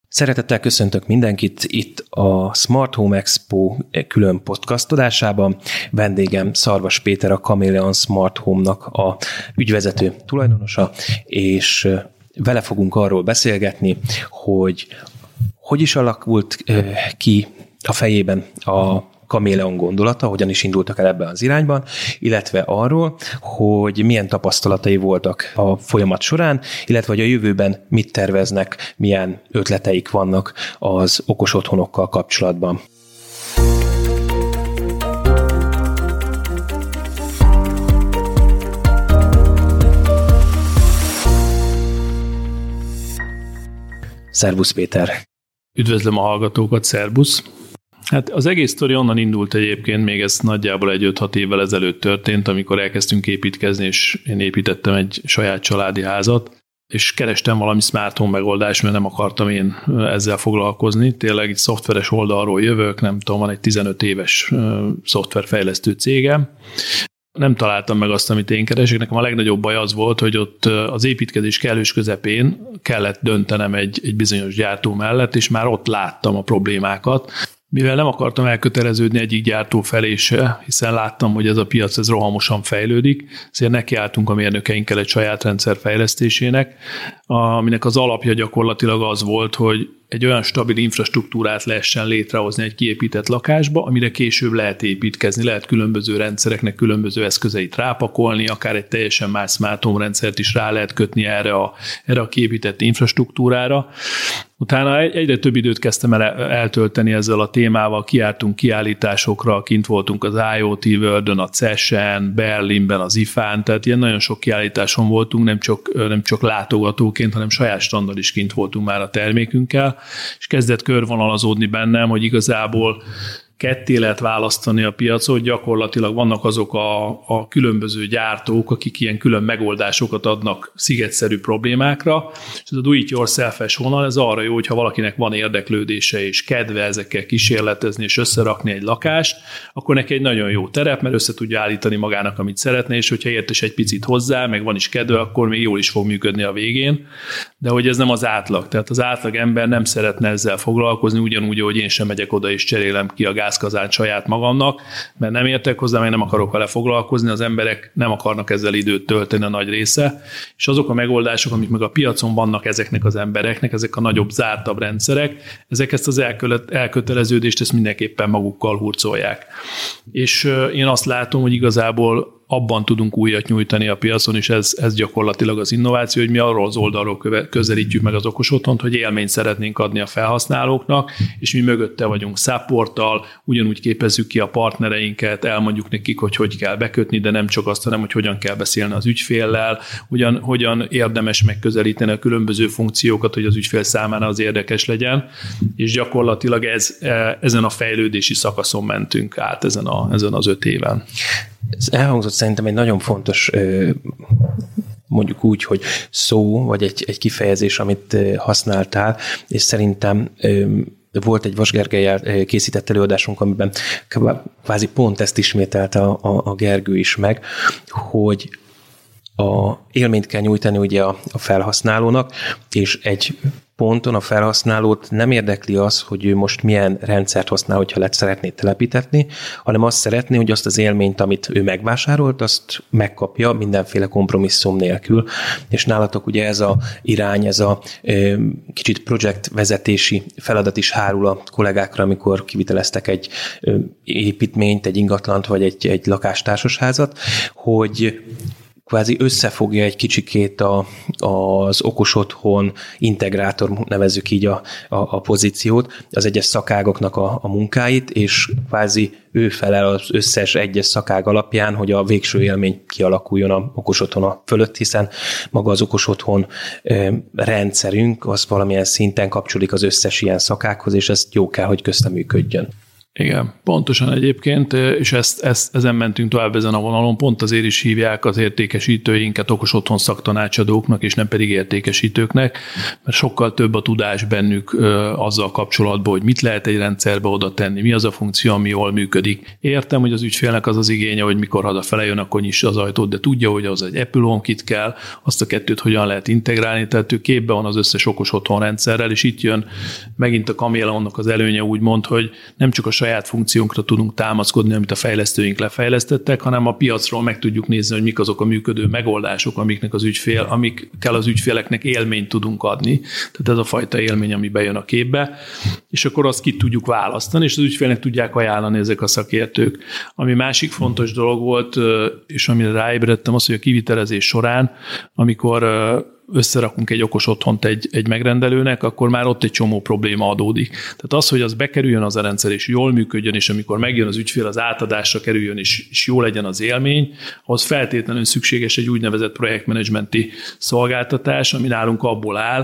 Szeretettel köszöntök mindenkit itt a Smart Home Expo külön podcastodásában. Vendégem Szarvas Péter, a Chameleon Smart Home-nak a ügyvezető tulajdonosa, és vele fogunk arról beszélgetni, hogy is alakult ki a fejében a Chameleon gondolata, hogyan is indultak el ebben az irányban, illetve arról, hogy milyen tapasztalatai voltak a folyamat során, illetve hogy a jövőben mit terveznek, milyen ötleteik vannak az okos otthonokkal kapcsolatban. Szervusz Péter! Üdvözlöm a hallgatókat, szervusz! Hát az egész sztori onnan indult egyébként, még ez nagyjából egy 5-6 évvel ezelőtt történt, amikor elkezdtünk építkezni, és én építettem egy saját családi házat, és kerestem valami smart home megoldást, mert nem akartam én ezzel foglalkozni. Tényleg egy szoftveres oldalról jövök, nem tudom, van egy 15 éves szoftverfejlesztő cégem. Nem találtam meg azt, amit én keresek. Nekem a legnagyobb baj az volt, hogy ott az építkezés kellős közepén kellett döntenem egy bizonyos gyártó mellett, és már ott láttam a problémákat. Mivel nem akartam elköteleződni egyik gyártó felé se, hiszen láttam, hogy ez a piac ez rohamosan fejlődik, ezért nekiálltunk a mérnökeinkkel egy saját rendszer fejlesztésének, aminek az alapja gyakorlatilag az volt, hogy egy olyan stabil infrastruktúrát lehessen létrehozni egy kiépített lakásba, amire később lehet építkezni, lehet különböző rendszereknek különböző eszközeit rápakolni, akár egy teljesen más smart home rendszert is rá lehet kötni erre a kiépített infrastruktúrára. Utána egyre több időt kezdtem el eltölteni ezzel a témával, kijártunk kiállításokra, kint voltunk az IoT World-ön, a CES-en, Berlinben, az IFA-n, tehát ilyen nagyon sok kiállításon voltunk, nem csak látogatóként, hanem saját standon is kint voltunk már a termékünkkel, és kezdett körvonalazódni bennem, hogy igazából ketté lehet választani a piacot, gyakorlatilag vannak azok a különböző gyártók, akik ilyen külön megoldásokat adnak szigetszerű problémákra, és ez a do-it-yourself-es vonal, ez arra jó, hogyha valakinek van érdeklődése és kedve ezekkel kísérletezni és összerakni egy lakást, akkor neki egy nagyon jó terep, mert össze tudja állítani magának, amit szeretne, és hogyha értes egy picit hozzá, meg van is kedve, akkor még jól is fog működni a végén, de hogy ez nem az átlag, tehát az átlag ember nem szeretne ezzel foglalkozni, ugyanúgy, hogy én sem megyek oda és cserélem ki a gázkazánt saját magamnak, mert nem értek hozzá, meg nem akarok vele foglalkozni, az emberek nem akarnak ezzel időt tölteni a nagy része, és azok a megoldások, amik meg a piacon vannak ezeknek az embereknek, ezek a nagyobb, zártabb rendszerek, ezek ezt az elköteleződést ezt mindenképpen magukkal hurcolják. És én azt látom, hogy igazából abban tudunk újat nyújtani a piacon, és ez gyakorlatilag az innováció, hogy mi arról az oldalról közelítjük meg az okos otthont, hogy élményt szeretnénk adni a felhasználóknak, és mi mögötte vagyunk supporttal, ugyanúgy képezzük ki a partnereinket, elmondjuk nekik, hogy kell bekötni, de nem csak azt, hanem hogy hogyan kell beszélni az ügyféllel, hogyan érdemes megközelíteni a különböző funkciókat, hogy az ügyfél számára az érdekes legyen, és gyakorlatilag ezen a fejlődési szakaszon mentünk át ezen az 5 éven. Ez elhangzott szerintem egy nagyon fontos, mondjuk úgy, hogy szó, vagy egy kifejezés, amit használtál, és szerintem volt egy Vas Gergellyel készített előadásunk, amiben kvázi pont ezt ismételte a Gergő is meg, hogy a élményt kell nyújtani ugye a felhasználónak, és egy ponton a felhasználót nem érdekli az, hogy ő most milyen rendszert használ, hogyha szeretné telepítetni, hanem azt szeretné, hogy azt az élményt, amit ő megvásárolt, azt megkapja mindenféle kompromisszum nélkül. És nálatok ugye ez a irány, ez a kicsit projektvezetési feladat is hárul a kollégákra, amikor kiviteleztek egy építményt, egy ingatlant, vagy egy lakástársasházat, hogy kvázi összefogja egy kicsikét az okos otthon integrátor, nevezzük így a pozíciót, az egyes szakágoknak a munkáit, és kvázi ő felel az összes egyes szakág alapján, hogy a végső élmény kialakuljon a okos otthona fölött, hiszen maga az okos otthon rendszerünk az valamilyen szinten kapcsolódik az összes ilyen szakághoz, és ez jó kell, hogy közteműködjön. Igen, pontosan egyébként, és ezen mentünk tovább ezen a vonalon, pont azért is hívják az értékesítőinket okos otthon szaktanácsadóknak, és nem pedig értékesítőknek, mert sokkal több a tudás bennük azzal kapcsolatban, hogy mit lehet egy rendszerbe oda tenni, mi az a funkció, ami jól működik. Értem, hogy az ügyfélnek az az igénye, hogy mikor hazafele jön, akkor nyissa az ajtót, de tudja, hogy az egy Apple HomeKit kell, azt a kettőt hogyan lehet integrálni, tehát ő képben van az összes okos otthon rendszerrel, és itt jön megint a Cameleonnak az előnye, úgymond, hogy nem csak a saját funkciónkra tudunk támaszkodni, amit a fejlesztőink lefejlesztettek, hanem a piacról meg tudjuk nézni, hogy mik azok a működő megoldások, amikkel az ügyféleknek élményt tudunk adni. Tehát ez a fajta élmény, ami bejön a képbe, és akkor azt ki tudjuk választani, és az ügyfélnek tudják ajánlani ezek a szakértők. Ami másik fontos dolog volt, és amire ráébredtem, az, hogy a kivitelezés során, amikor összerakunk egy okos otthont egy megrendelőnek, akkor már ott egy csomó probléma adódik. Tehát az, hogy az bekerüljön az a rendszer, és jól működjön, és amikor megjön az ügyfél, az átadásra kerüljön, és jó legyen az élmény, ahhoz feltétlenül szükséges egy úgynevezett projektmenedzsmenti szolgáltatás, ami nálunk abból áll,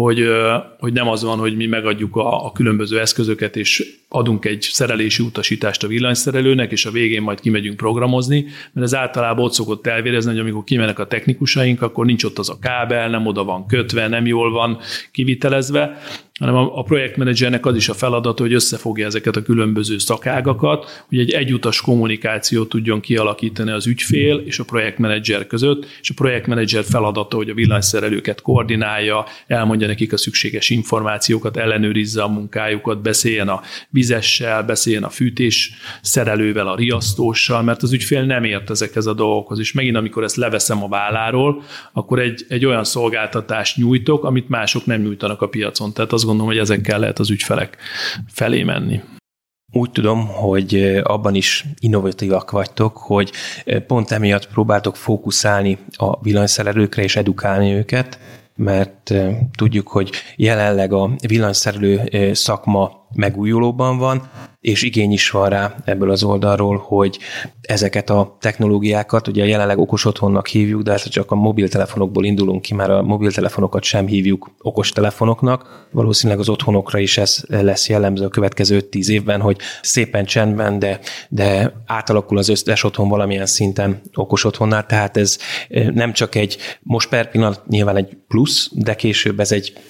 hogy nem az van, hogy mi megadjuk a különböző eszközöket, és adunk egy szerelési utasítást a villanyszerelőnek, és a végén majd kimegyünk programozni, mert ez általában ott szokott elvérezni, hogy amikor kimennek a technikusaink, akkor nincs ott az a kábel, nem oda van kötve, nem jól van kivitelezve, hanem a projektmenedzsernek az is a feladata, hogy összefogja ezeket a különböző szakágakat, hogy egy egyutas kommunikációt tudjon kialakítani az ügyfél és a projektmenedzser között, és a projektmenedzser feladata, hogy a villanyszerelőket koordinálja, elmondja nekik a szükséges információkat, ellenőrizze a munkájukat, beszéljen a vizessel, beszéljen a fűtés szerelővel, a riasztóssal, mert az ügyfél nem ért ezekhez a dolgokhoz, és megint amikor ezt leveszem a válláról, akkor egy olyan szolgáltatást nyújtok, amit mások nem nyújtanak a piacon. Tehát azt gondolom, hogy ezekkel lehet az ügyfelek felé menni. Úgy tudom, hogy abban is innovatívak vagytok, hogy pont emiatt próbáltok fókuszálni a villanyszerelőkre és edukálni őket, mert tudjuk, hogy jelenleg a villanyszerelő szakma megújulóban van, és igény is van rá ebből az oldalról, hogy ezeket a technológiákat, ugye jelenleg okos otthonnak hívjuk, de hát csak a mobiltelefonokból indulunk ki, már a mobiltelefonokat sem hívjuk okostelefonoknak. Valószínűleg az otthonokra is ez lesz jellemző a következő 10 évben, hogy szépen csendben, de átalakul az összes otthon valamilyen szinten okos otthonnál, tehát ez nem csak most per pillanat nyilván egy plusz, de később ez egy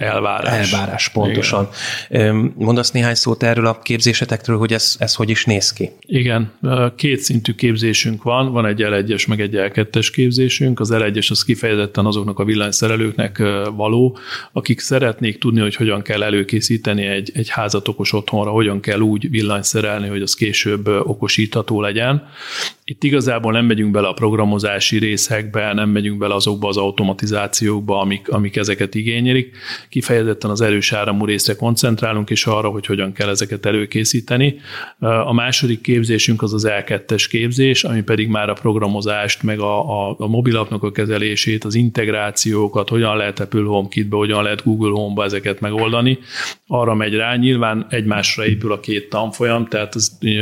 elvárás, pontosan. Igen. Mondasz néhány szót erről a képzésetekről, hogy ez hogy is néz ki? Igen, 2 szintű képzésünk van egy L1-es, meg egy L2-es képzésünk. Az L1-es az kifejezetten azoknak a villanyszerelőknek való, akik szeretnék tudni, hogy hogyan kell előkészíteni egy házat okos otthonra, hogyan kell úgy villanyszerelni, hogy az később okosítható legyen. Itt igazából nem megyünk bele a programozási részekbe, nem megyünk bele azokba az automatizációkba, amik ezeket igényelik. Kifejezetten az erős áramú részre koncentrálunk, és arra, hogy hogyan kell ezeket előkészíteni. A második képzésünk az L2-es képzés, ami pedig már a programozást, meg a mobilapnak a kezelését, az integrációkat, hogyan lehet Apple HomeKitbe, hogyan lehet Google Home-ba ezeket megoldani. Arra megy rá, nyilván egymásra épül a 2 tanfolyam, tehát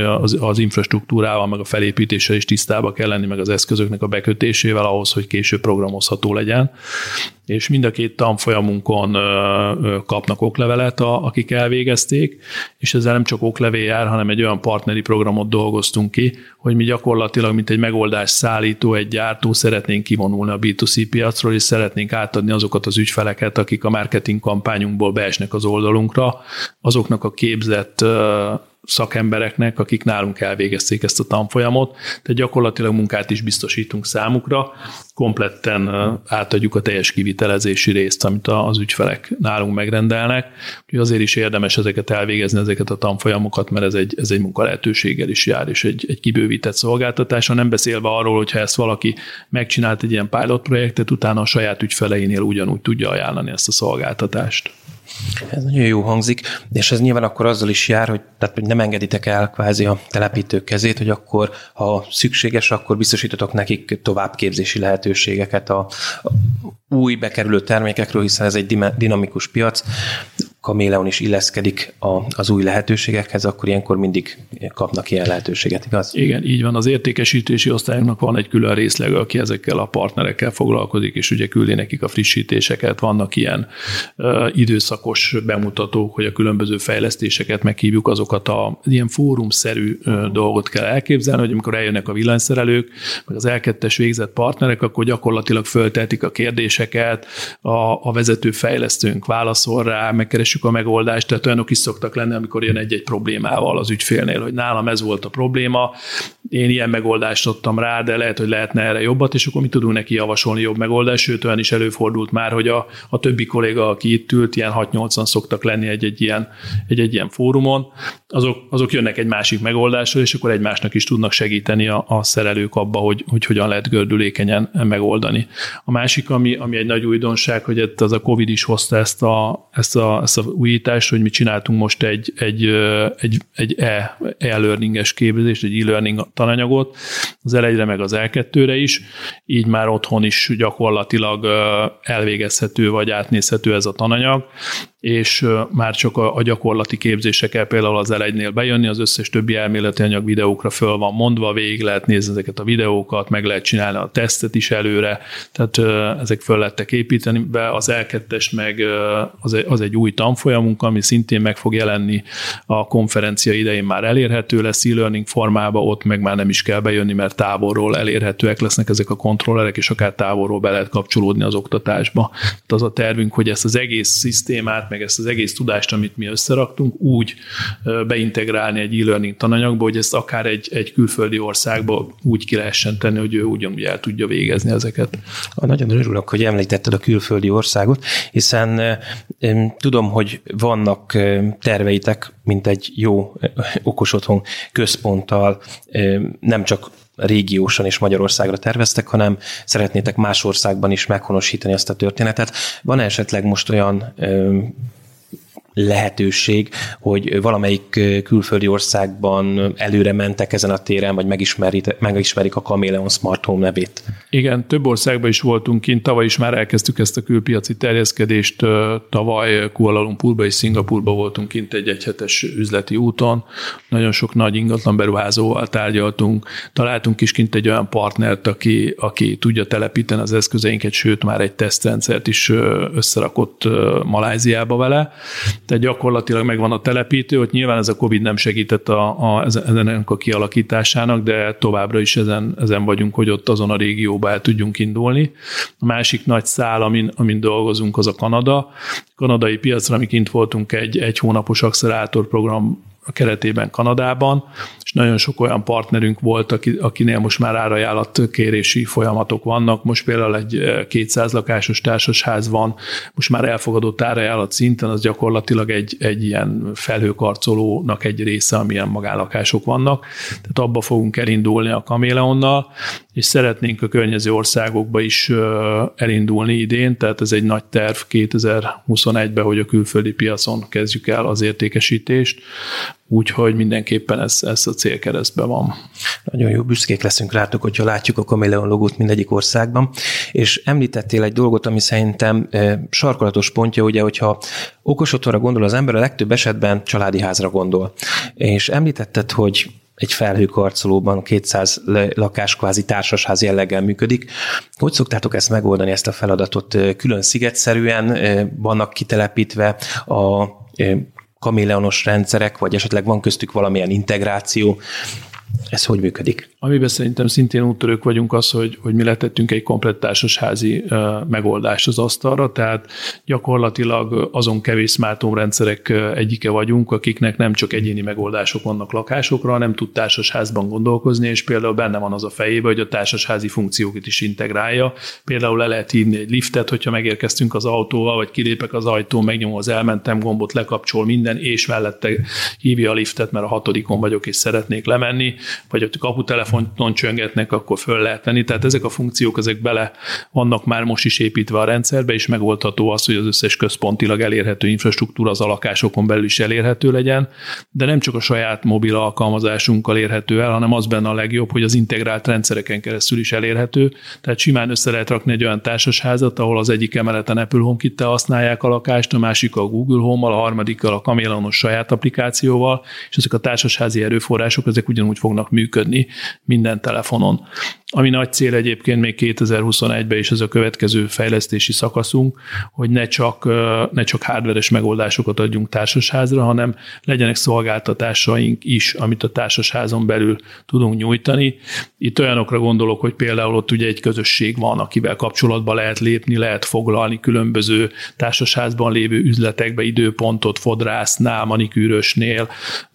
az infrastruktúrával, meg a felépítéssel is tisztába kell lenni, meg az eszközöknek a bekötésével ahhoz, hogy később programozható legyen. És mind a 2 tanfolyamunkon kapnak oklevelet, akik elvégezték, és ezzel nem csak oklevél jár, hanem egy olyan partneri programot dolgoztunk ki, hogy mi gyakorlatilag, mint egy megoldás szállító, egy gyártó szeretnénk kivonulni a B2C piacról, és szeretnénk átadni azokat az ügyfeleket, akik a marketing kampányunkból beesnek az oldalunkra, azoknak a képzett szakembereknek, akik nálunk elvégezték ezt a tanfolyamot, tehát gyakorlatilag munkát is biztosítunk számukra, kompletten átadjuk a teljes kivitelezési részt, amit az ügyfelek nálunk megrendelnek. Úgyhogy azért is érdemes ezeket elvégezni, ezeket a tanfolyamokat, mert ez egy munkalehetőséggel is jár, és egy kibővített szolgáltatás. Nem beszélve arról, hogyha ezt valaki megcsinált egy ilyen pilot projektet, utána a saját ügyfeleinél ugyanúgy tudja ajánlani ezt a szolgáltatást. Ez nagyon jó hangzik, és ez nyilván akkor azzal is jár, hogy nem engeditek el kvázi a telepítők kezét, hogy akkor, ha szükséges, akkor biztosítotok nekik továbbképzési lehetőségeket a új bekerülő termékekről, hiszen ez egy dinamikus piac. Kameleon is illeszkedik az új lehetőségekhez, akkor ilyenkor mindig kapnak ilyen lehetőséget, igaz? Igen, így van. Az értékesítési osztályunknak van egy külön részleg, aki ezekkel a partnerekkel foglalkozik, és ugye küldi nekik a frissítéseket. Vannak ilyen időszakos bemutatók, hogy a különböző fejlesztéseket meghívjuk, azokat ilyen fórumszerű dolgot kell elképzelni, hogy amikor eljönnek a villanyszerelők, meg az L2-es végzett partnerek, akkor gyakorlatilag föltehetik a kérdéseket, a vezető fejlesztőnk válaszol rá, megkeressük a megoldást, tehát olyanok is szoktak lenni, amikor jön egy problémával az ügyfélnél, hogy nálam ez volt a probléma, én ilyen megoldást adtam rá, de lehet, hogy lehetne erre jobbat, és akkor mi tudunk neki javasolni jobb megoldást, sőt, olyan is előfordult már, hogy a többi kolléga, aki itt ült, ilyen 6-8-an szoktak lenni egy ilyen fórumon, azok jönnek egy másik megoldásról, és akkor egymásnak is tudnak segíteni a szerelők abba, hogy hogyan lehet gördülékenyen megoldani. A másik, ami egy nagy újdonság, hogy az a Covid is hozta ezt a újítást, hogy mi csináltunk most egy e-learninges képzést, egy e-learning tananyagot, az L1-re meg az L2-re is, így már otthon is gyakorlatilag elvégezhető vagy átnézhető ez a tananyag, és már csak a gyakorlati képzésre kell például az L1-nél bejönni, az összes többi elméleti anyag videókra föl van mondva, végig lehet nézni ezeket a videókat, meg lehet csinálni a tesztet is előre, tehát ezek föl lettek építeni be, az L2-es meg az egy új tanfolyamunk, ami szintén meg fog jelenni a konferencia idején, már elérhető lesz e-learning formába, ott meg már nem is kell bejönni, mert távolról elérhetőek lesznek ezek a kontrollerek, és akár távolról be lehet kapcsolódni az oktatásba. Tehát az a tervünk, hogy ezt az egész szisztémát, meg ezt az egész tudást, amit mi összeraktunk, úgy beintegrálni egy e-learning tananyagba, hogy ezt akár egy külföldi országba úgy ki lehessen tenni, hogy ő ugyanúgy el tudja végezni ezeket. Nagyon örülök, hogy említetted a külföldi országot, hiszen tudom, hogy vannak terveitek, mint egy jó okos otthon központtal, nem csak régiósan és Magyarországra terveztek, hanem szeretnétek más országban is meghonosítani azt a történetet. Van esetleg most olyan lehetőség, hogy valamelyik külföldi országban előre mentek ezen a téren, vagy megismerik a Kameleon Smart Home nevét? Igen, több országban is voltunk kint, tavaly is már elkezdtük ezt a külpiaci terjeszkedést, tavaly Kuala Lumpurba és Szingapurba voltunk kint egy egyhetes üzleti úton, nagyon sok nagy ingatlan beruházóval tárgyaltunk, találtunk is kint egy olyan partnert, aki tudja telepíteni az eszközeinket, sőt már egy tesztrendszert is összerakott Maláziába vele. Tehát gyakorlatilag megvan a telepítő, hogy nyilván ez a Covid nem segített ennek a kialakításának, de továbbra is ezen vagyunk, hogy ott azon a régióban el tudjunk indulni. A másik nagy szál, amin dolgozunk, az a Kanada. A kanadai piacra, mi kint voltunk egy hónapos accelerátorprogram keretében Kanadában, és nagyon sok olyan partnerünk volt, akinél most már árajánlatkérési folyamatok vannak. Most például egy 200 lakásos társasház van, most már elfogadott árajánlat szinten, az gyakorlatilag egy ilyen felhőkarcolónak egy része, amilyen magánlakások vannak. Tehát abba fogunk elindulni a Kameleonnal, és szeretnénk a környező országokba is elindulni idén, tehát ez egy nagy terv 2021-ben, hogy a külföldi piacon kezdjük el az értékesítést, úgyhogy mindenképpen ez a célkeresztben van. Nagyon jó, büszkék leszünk rátok, hogyha látjuk a Kameleon logót mindegyik országban, és említettél egy dolgot, ami szerintem sarkalatos pontja, ugye, hogyha okos otthonra gondol az ember, a legtöbb esetben családi házra gondol. És említetted, hogy egy felhőkarcolóban 200 lakás kvázi társasház jelleggel működik. Hogy szoktátok ezt megoldani, ezt a feladatot? Külön szigetszerűen vannak kitelepítve a kameleonos rendszerek, vagy esetleg van köztük valamilyen integráció? Ez hogy működik? Amiben szerintem szintén úttörők vagyunk az, hogy mi letettünk egy komplett társasházi megoldást az asztalra, tehát gyakorlatilag azon kevés smart home rendszerek egyike vagyunk, akiknek nem csak egyéni megoldások vannak lakásokra, hanem tud társasházban gondolkozni, és például benne van az a fejében, hogy a társasházi funkciókat is integrálja. Például le lehet hívni egy liftet, hogyha megérkeztünk az autóval, vagy kilépek az ajtón, megnyomom az elmentem gombot, lekapcsol minden, és mellette hívja a liftet, mert a 6. vagyok, és szeretnék lemenni. vagy ott kaputelefonon csöngetnek, akkor föl lehet tenni. Tehát ezek a funkciók, ezek bele vannak már most is építve a rendszerbe, és megoldható az, hogy az összes központilag elérhető infrastruktúra az a lakásokon belül is elérhető legyen, de nem csak a saját mobil alkalmazásunkkal érhető el, hanem az benne a legjobb, hogy az integrált rendszereken keresztül is elérhető. Tehát simán össze lehet rakni egy olyan társasházat, ahol az egyik emeleten Apple HomeKit-tel használják a lakást, a másik a Google Home-mal, a harmadikkal a Chameleonos saját applikációval, és ezek a társasházi erőforrások, ezek ugyanúgy fognak működni minden telefonon. Ami nagy cél egyébként még 2021-ben is ez a következő fejlesztési szakaszunk, hogy ne csak hardveres megoldásokat adjunk társasházra, hanem legyenek szolgáltatásaink is, amit a társasházon belül tudunk nyújtani. Itt olyanokra gondolok, hogy például ott ugye egy közösség van, akivel kapcsolatba lehet lépni, lehet foglalni különböző társasházban lévő üzletekbe időpontot, fodrásznál, manikűrösnél.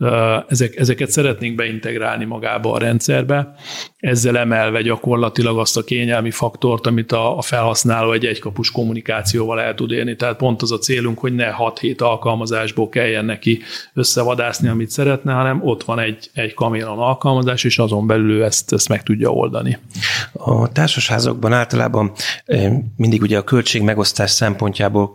Ezeket szeretnénk beintegrálni magába a rendszerbe, ezzel emelve gyakorlatilag azt a kényelmi faktort, amit a felhasználó egy egykapus kommunikációval el tud érni. Tehát pont az a célunk, hogy ne 6-7 alkalmazásból kelljen neki összevadászni, amit szeretne, hanem ott van egy Chameleon alkalmazás, és azon belül ő ezt meg tudja oldani. A társasházakban általában mindig ugye a költség megosztás szempontjából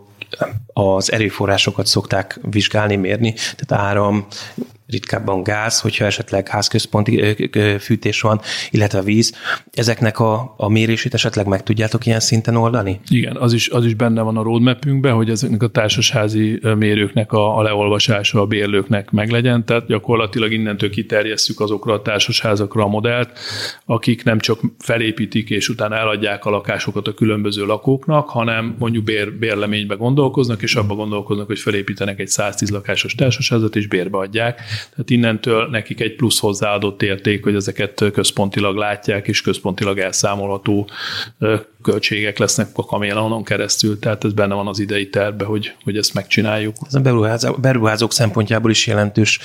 az erőforrásokat szokták vizsgálni, mérni, tehát áram, ritkábban gáz, hogyha esetleg házközponti fűtés van, illetve víz. Ezeknek a mérését esetleg meg tudjátok ilyen szinten oldani? Igen, az is benne van a roadmapünkben, hogy ezeknek a társasházi mérőknek a leolvasása a bérlőknek meglegyen, tehát gyakorlatilag innentől kiterjesszük azokra a társasházakra a modellt, akik nem csak felépítik és utána eladják a lakásokat a különböző lakóknak, hanem mondjuk bérleménybe gondolkoznak, és abba gondolkoznak, hogy felépítenek egy 110 lakásos társasházat, és bérbe adják. Tehát innentől nekik egy plusz hozzáadott érték, hogy ezeket központilag látják, és központilag elszámolható költségek lesznek a Chameleonon keresztül, tehát ez benne van az idei tervben, hogy ezt megcsináljuk. Ez a beruházók szempontjából is jelentős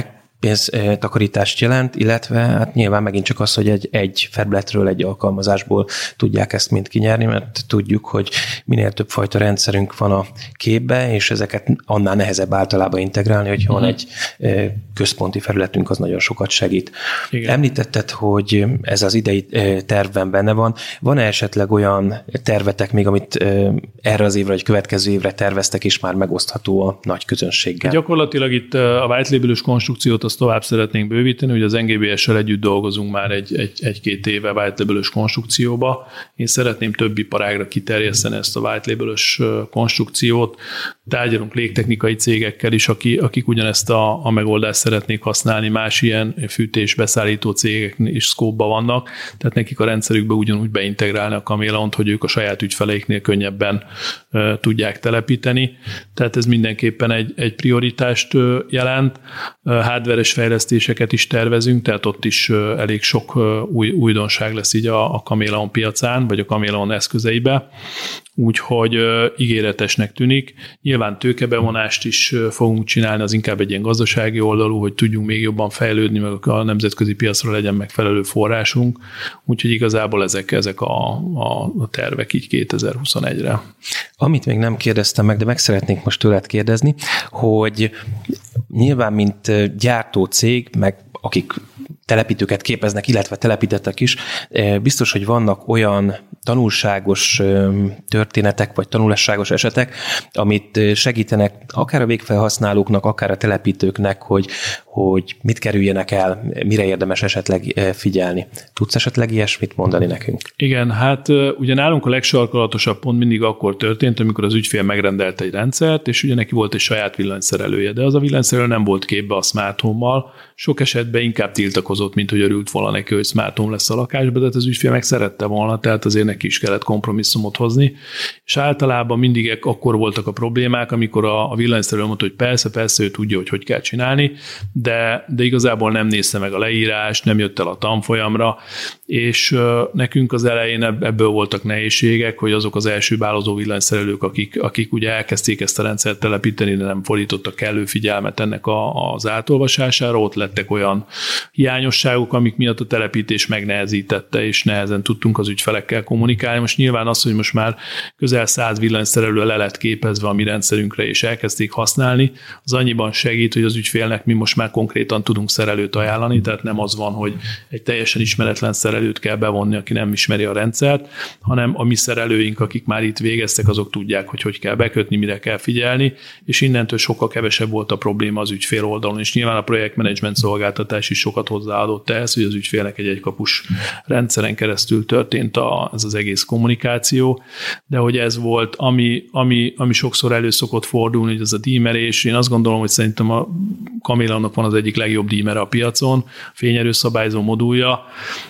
pénztakarítást jelent, illetve hát nyilván megint csak az, hogy egy felületről, egy alkalmazásból tudják ezt mind kinyerni, mert tudjuk, hogy minél több fajta rendszerünk van a képbe, és ezeket annál nehezebb általában integrálni, hogyha van egy központi felületünk, az nagyon sokat segít. Igen. Említetted, hogy ez az idei tervben benne van. Van-e esetleg olyan tervetek még, amit erre az évre, vagy következő évre terveztek, és már megosztható a nagy közönséggel? Gyakorlatilag itt a white label-ös konstrukciót azt tovább szeretnénk bővíteni, hogy az NGBS-sel együtt dolgozunk már egy-két éve white label-ös konstrukcióba. Én szeretném több iparágra kiterjeszteni ezt a white label-ös konstrukciót. Tárgyalunk légtechnikai cégekkel is, akik ugyanezt a megoldást szeretnék használni, más ilyen fűtésbeszállító cégek is szkópban vannak, tehát nekik a rendszerükbe ugyanúgy beintegrálni a Chameleont, hogy ők a saját ügyfeleiknél könnyebben tudják telepíteni. Tehát ez mindenképpen egy prioritást jelent. Hardveres fejlesztéseket is tervezünk, tehát ott is elég sok újdonság lesz így a Chameleon piacán, vagy a Chameleon eszközeibe. Úgyhogy ígéretesnek tűnik. Nyilván tőkebevonást is fogunk csinálni, az inkább egy ilyen gazdasági oldalú, hogy tudjunk még jobban fejlődni, meg a nemzetközi piacra legyen megfelelő forrásunk. Úgyhogy igazából ezek a tervek így 2021-re. Amit még nem kérdeztem meg, de meg szeretnék most tőled kérdezni, hogy nyilván, mint gyártó cég, meg akik telepítőket képeznek, illetve telepítettek is, biztos, hogy vannak olyan tanulságos történetek, vagy tanulságos esetek, amit segítenek akár a végfelhasználóknak, akár a telepítőknek, hogy mit kerüljenek el, mire érdemes esetleg figyelni. Tudsz esetleg ilyesmit mondani nekünk? Igen, hát ugye nálunk a legsarkalatosabb pont mindig akkor történt, amikor az ügyfél megrendelt egy rendszert, és ugye neki volt egy saját villanyszerelője, de az a villanyszerelő nem volt képbe a smart home-mal, sok esetben inkább tiltakozott, mint hogy örült volna neki, hogy smart home lesz a lakásban, de az ügyfél meg szerette volna, tehát azért neki is kellett kompromisszumot hozni, és általában mindig akkor voltak a problémák, amikor a villanyszerelő mondta, hogy persze, ő tudja, hogy kell csinálni, de igazából nem nézte meg a leírást, nem jött el a tanfolyamra, és nekünk az elején ebből voltak nehézségek, hogy azok az első bálozó villanyszerelők, akik ugye elkezdték ezt a rendszert telepíteni, de nem fordítottak kellő figyelmet ennek az átolvasására, ott lettek olyan hiányosságok, amik miatt a telepítés megnehezítette, és nehezen tudtunk az ügyfelekkel kommunikálni. Most nyilván az, hogy most már közel 100 villanyszerelő le lett képezve a mi rendszerünkre, és elkezdték használni, az annyiban segít, hogy az ügyfélnek mi most már konkrétan tudunk szerelőt ajánlani, tehát nem az van, hogy egy teljesen ismeretlen szerelőt kell bevonni, aki nem ismeri a rendszert, hanem a mi szerelőink, akik már itt végeztek, azok tudják, hogy kell bekötni, mire kell figyelni, és innentől sokkal kevesebb volt a probléma az ügyfél oldalon, és nyilván a projektmenedzsment szolgáltatás is sokat hozzáadott ehhez, hogy az ügyfélnek egy egykapus rendszeren keresztül történt ez az egész kommunikáció, de hogy ez volt, ami sokszor elő szokott fordulni, hogy ez a dímerés. Én azt gondolom, hogy szerintem a Kamélonnak van az egyik legjobb dímere a piacon, fényerőszabályzó modulja.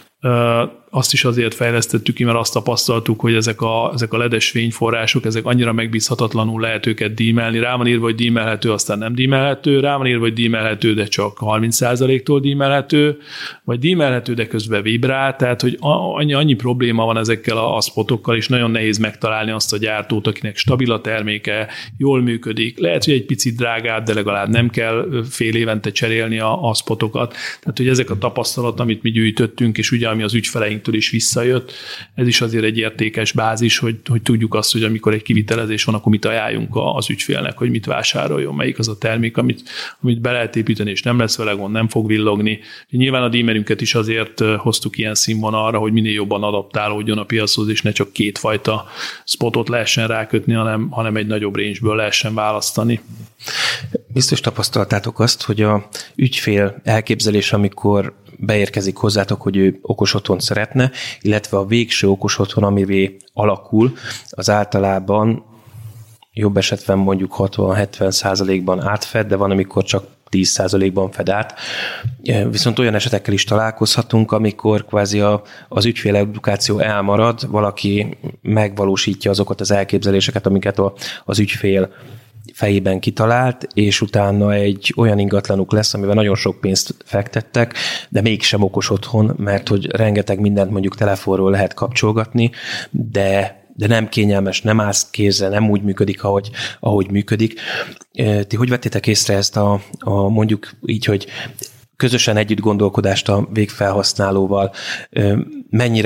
Azt is azért fejlesztettük ki, mert azt tapasztaltuk, hogy ezek a ledes fényforrások, ezek annyira megbízhatatlanul lehet őket dímelni. Rá van írva, hogy dímelhető, aztán nem dímelhető, rá van írva, hogy dímelhető, de csak 30%-tól dímelhető, vagy dímelhető, de közben vibrál, tehát hogy annyi probléma van ezekkel a spotokkal, és nagyon nehéz megtalálni azt a gyártót, akinek stabil a terméke, jól működik. Lehet, hogy egy picit drágább, de legalább nem kell fél évente cserélni a spotokat. Tehát, hogy ezek a tapasztalat, amit mi gyűjtöttünk, és ugye ami az ügyfeleinktől is visszajött, ez is azért egy értékes bázis, hogy tudjuk azt, hogy amikor egy kivitelezés van, akkor mit ajánljunk az ügyfélnek, hogy mit vásároljon, melyik az a termék, amit be lehet építeni, és nem lesz vele gond, nem fog villogni. Nyilván a dímerünket is azért hoztuk ilyen színvonalra, hogy minél jobban adaptálódjon a piachoz, és ne csak kétfajta spotot lehessen rákötni, hanem egy nagyobb range-ből lehessen választani. Biztos tapasztaltátok azt, hogy a ügyfél elképzelés, amikor beérkezik hozzátok, hogy ő okos otthont szeretne, illetve a végső okos otthon, amivé alakul, az általában jobb esetben mondjuk 60-70%-ban átfed, de van, amikor csak 10%-ban fed át. Viszont olyan esetekkel is találkozhatunk, amikor kvázi az ügyfél edukáció elmarad, valaki megvalósítja azokat az elképzeléseket, amiket az ügyfél fejében kitalált, és utána egy olyan ingatlanuk lesz, amivel nagyon sok pénzt fektettek, de mégsem okos otthon, mert hogy rengeteg mindent mondjuk telefonról lehet kapcsolgatni, de nem kényelmes, nem állsz kézre, nem úgy működik, ahogy működik. Ti hogy vettétek észre ezt a mondjuk így, hogy közösen együtt gondolkodást a végfelhasználóval? Mennyire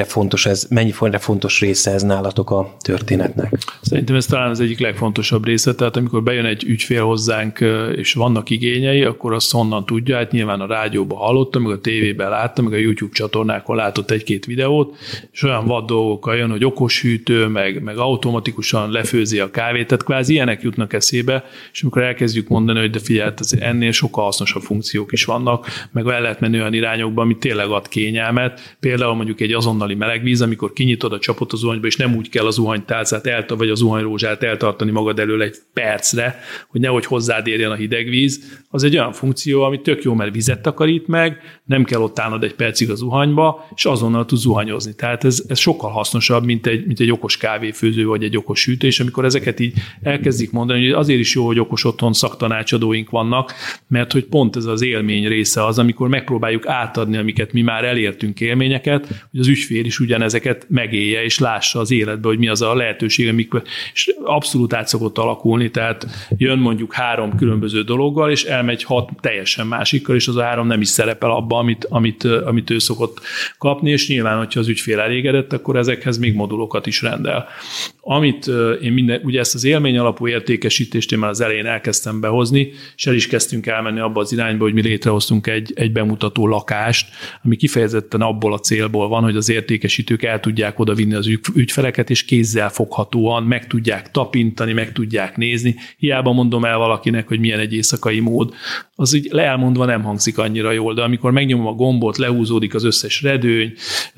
fontos része ez nálatok a történetnek? Szerintem ez talán az egyik legfontosabb része, tehát amikor bejön egy ügyfél hozzánk, és vannak igényei, akkor azt honnan tudja, hát nyilván a rádióban hallotta, meg a tévében látta, meg a YouTube csatornákon látott egy-két videót, és olyan vad dolgokkal jön, hogy okos hűtő, meg automatikusan lefőzi a kávét, tehát kvázi ilyenek jutnak eszébe, és amikor elkezdjük mondani, hogy de figyelj, ennél sokkal hasznosabb funkciók is vannak, meg el lehet menni olyan irányokba, ami tényleg ad kényelmet. Például mondjuk egy azonnali melegvíz, amikor kinyitod a csapot a zuhanyba, és nem úgy kell a zuhanytálcát vagy a zuhanyrózsát eltartani magad elől egy percre, hogy nehogy hozzád érjen a hideg víz. Az egy olyan funkció, ami tök jó, mert vizet takarít meg, nem kell ott állnod egy percig a zuhanyba, és azonnal tudsz zuhanyozni. Tehát ez sokkal hasznosabb, mint egy okos kávéfőző, vagy egy okos hűtő, és amikor ezeket így elkezdik mondani, hogy azért is jó, hogy okos otthon szaktanácsadóink vannak, mert hogy pont ez az élmény része az, amikor megpróbáljuk átadni, amiket mi már elértünk élményeket, hogy az ügyfél is ugyanezeket megélje, és lássa az életbe, hogy mi az a lehetőség, amikor, és abszolút át szokott alakulni, tehát jön mondjuk 3 különböző dologgal, és elmegy 6 teljesen másikkal, és az a 3 nem is szerepel abban, amit ő szokott kapni, és nyilván, hogyha az ügyfél elégedett, akkor ezekhez még modulokat is rendel. Amit ugye ezt az élmény alapú értékesítést én már az elején elkezdtem behozni, és el is kezdtünk elmenni abba az irányba, hogy mi létrehoztunk egy bemutató lakást, ami kifejezetten abból a célból van, hogy az értékesítők el tudják odavinni az ügyfeleket, és kézzel foghatóan meg tudják tapintani, meg tudják nézni. Hiába mondom el valakinek, hogy milyen egy éjszakai mód. Az így elmondva nem hangzik annyira jól, de amikor megnyomom a gombot, lehúzódik az összes redőny,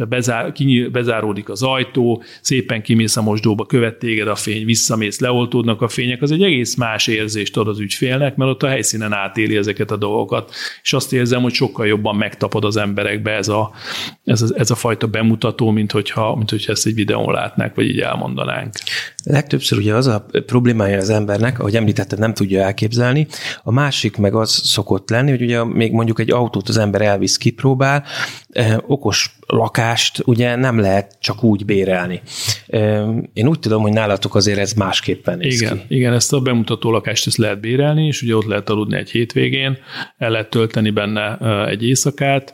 bezáródik az ajtó, szépen kimész a mosdóba, követ téged a fény, visszamész, leoltódnak a fények, az egy egész más érzést ad az ügyfélnek, mert ott a helyszínen átéli ezeket a dolgokat. És azt érzem, hogy sokkal jobban megtapad az emberekbe ez a fajta bemutató, mint hogyha ezt egy videón látnák, vagy így elmondanánk. Legtöbbször ugye az a problémája az embernek, ahogy említetted, nem tudja elképzelni. A másik meg az szokott lenni, hogy ugye még mondjuk egy autót az ember elvisz, kipróbál, okos lakást ugye nem lehet csak úgy bérelni. Én úgy tudom, hogy nálatok azért ez másképpen néz ki. Igen, ezt a bemutató lakást ezt lehet bérelni, és ugye ott lehet aludni egy hétvégén, el lehet tölteni benne egy éjszakát,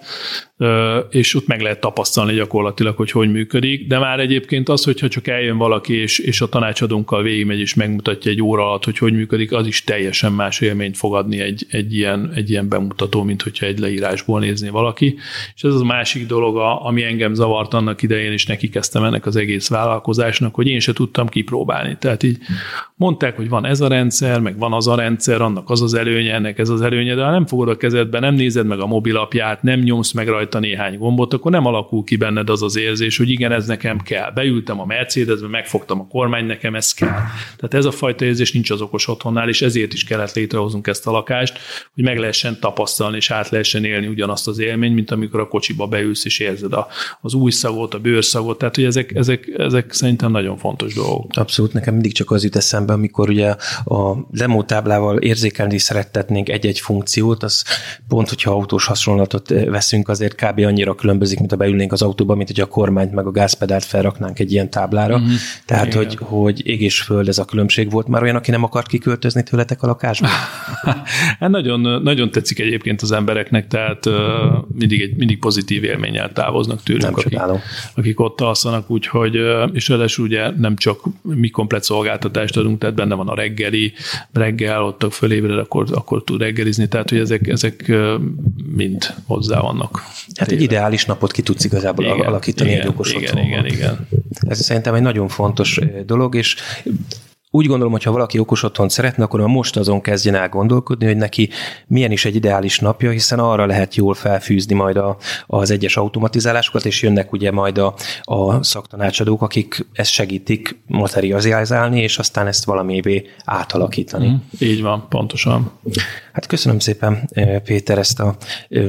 és ott meg lehet tapasztalni gyakorlatilag, hogy működik, de már egyébként az, hogyha csak eljön valaki, és a tanácsadónkkal végigmegy, és megmutatja egy óra alatt, hogy működik, az is teljesen más élményt fog adni egy ilyen bemutató, mint hogyha egy leírásból nézni valaki. És ez az a másik dolog, ami engem zavart annak idején, és neki kezdtem ennek az egész vállalkozásnak, hogy én se tudtam kipróbálni. Tehát így mondták, hogy van ez a rendszer, meg van az a rendszer, annak az az előnye, ennek ez az előnye, de ha nem fogod a kezedbe, nem nézed meg a mobilapját, nem nyomsz meg rajta néhány gombot, akkor nem alakul ki benned az az érzés, hogy igen, ez nekem kell. Beültem a Mercedesbe, megfogtam a kormány, nekem ez kell. Tehát ez a fajta érzés nincs az okos otthonnál, és ezért is kellett létrehozunk ezt a lakást, hogy meg lehessen tapasztalni, és át lehessen élni ugyanazt az élményt, mint amikor a kocsiba beülsz, és érzed az új szagot, a bőrszagot, tehát hogy ezek szerintem nagyon fontos dolgok. Abszolút, nekem mindig csak az jut eszembe, amikor ugye a lemótáblával érzékelni szeretnénk egy-egy funkciót, az pont, hogyha autós hasonlatot veszünk, azért kb. Annyira különbözik, mint ha beülnénk az autóba, mint hogy a kormányt meg a gázpedált felraknánk egy ilyen táblára. Mm-hmm. Tehát, hogy ég és föld ez a különbség. Volt már olyan, aki nem akart kiköltözni tőletek a lakásba? Hát nagyon, nagyon tetszik egyébként az embereknek, tehát mindig pozitív élménnyel távoznak tőlünk, akik ott alszanak, úgyhogy, és ráadásul ugye nem csak mi komplet szolgáltatást adunk, tehát benne van a reggel, ott fölébred, akkor tud reggelizni, tehát hogy ezek mind hozzá vannak. Hát egy ideális napot ki tudsz igazából alakítani egy okos otthonban. Igen. Ez szerintem egy nagyon fontos dolog, és úgy gondolom, hogy ha valaki okos otthont szeretne, akkor most azon kezdjen el gondolkodni, hogy neki milyen is egy ideális napja, hiszen arra lehet jól felfűzni majd az egyes automatizálásokat, és jönnek ugye majd a szaktanácsadók, akik ezt segítik materializálni, és aztán ezt valamivé átalakítani. Így van, pontosan. Hát köszönöm szépen, Péter, ezt a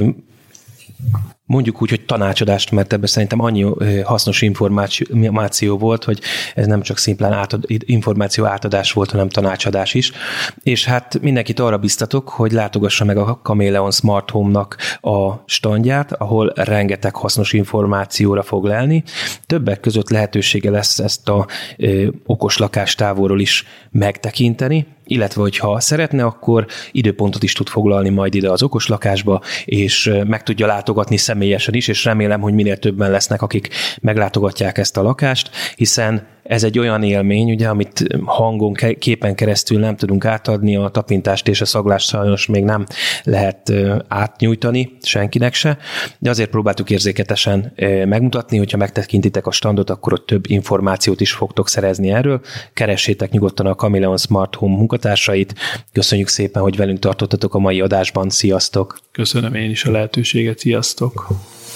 mondjuk úgy, hogy tanácsadást, mert ebben szerintem annyi hasznos információ volt, hogy ez nem csak szimplán információ átadás volt, hanem tanácsadás is. És hát mindenkit arra biztatok, hogy látogassa meg a Chameleon Smart Home-nak a standját, ahol rengeteg hasznos információra fog lelni. Többek között lehetősége lesz ezt a okos lakás távolról is megtekinteni, illetve hogyha szeretne, akkor időpontot is tud foglalni majd ide az okos lakásba, és meg tudja látogatni személyesen is, és remélem, hogy minél többen lesznek, akik meglátogatják ezt a lakást, hiszen ez egy olyan élmény, ugye, amit hangon, képen keresztül nem tudunk átadni, a tapintást és a szaglást sajnos még nem lehet átnyújtani senkinek se, de azért próbáltuk érzéketesen megmutatni, hogyha megtekintitek a standot, akkor ott több információt is fogtok szerezni erről. Keressétek nyugodtan a Chameleon Smart Home munkatársait. Köszönjük szépen, hogy velünk tartottatok a mai adásban. Sziasztok! Köszönöm én is a lehetőséget. Sziasztok!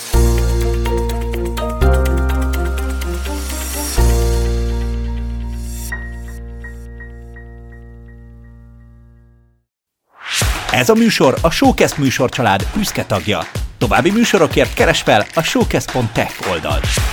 Ez a műsor a Showcast műsorcsalád büszke tagja. További műsorokért keresd fel a showcast.tech oldalt.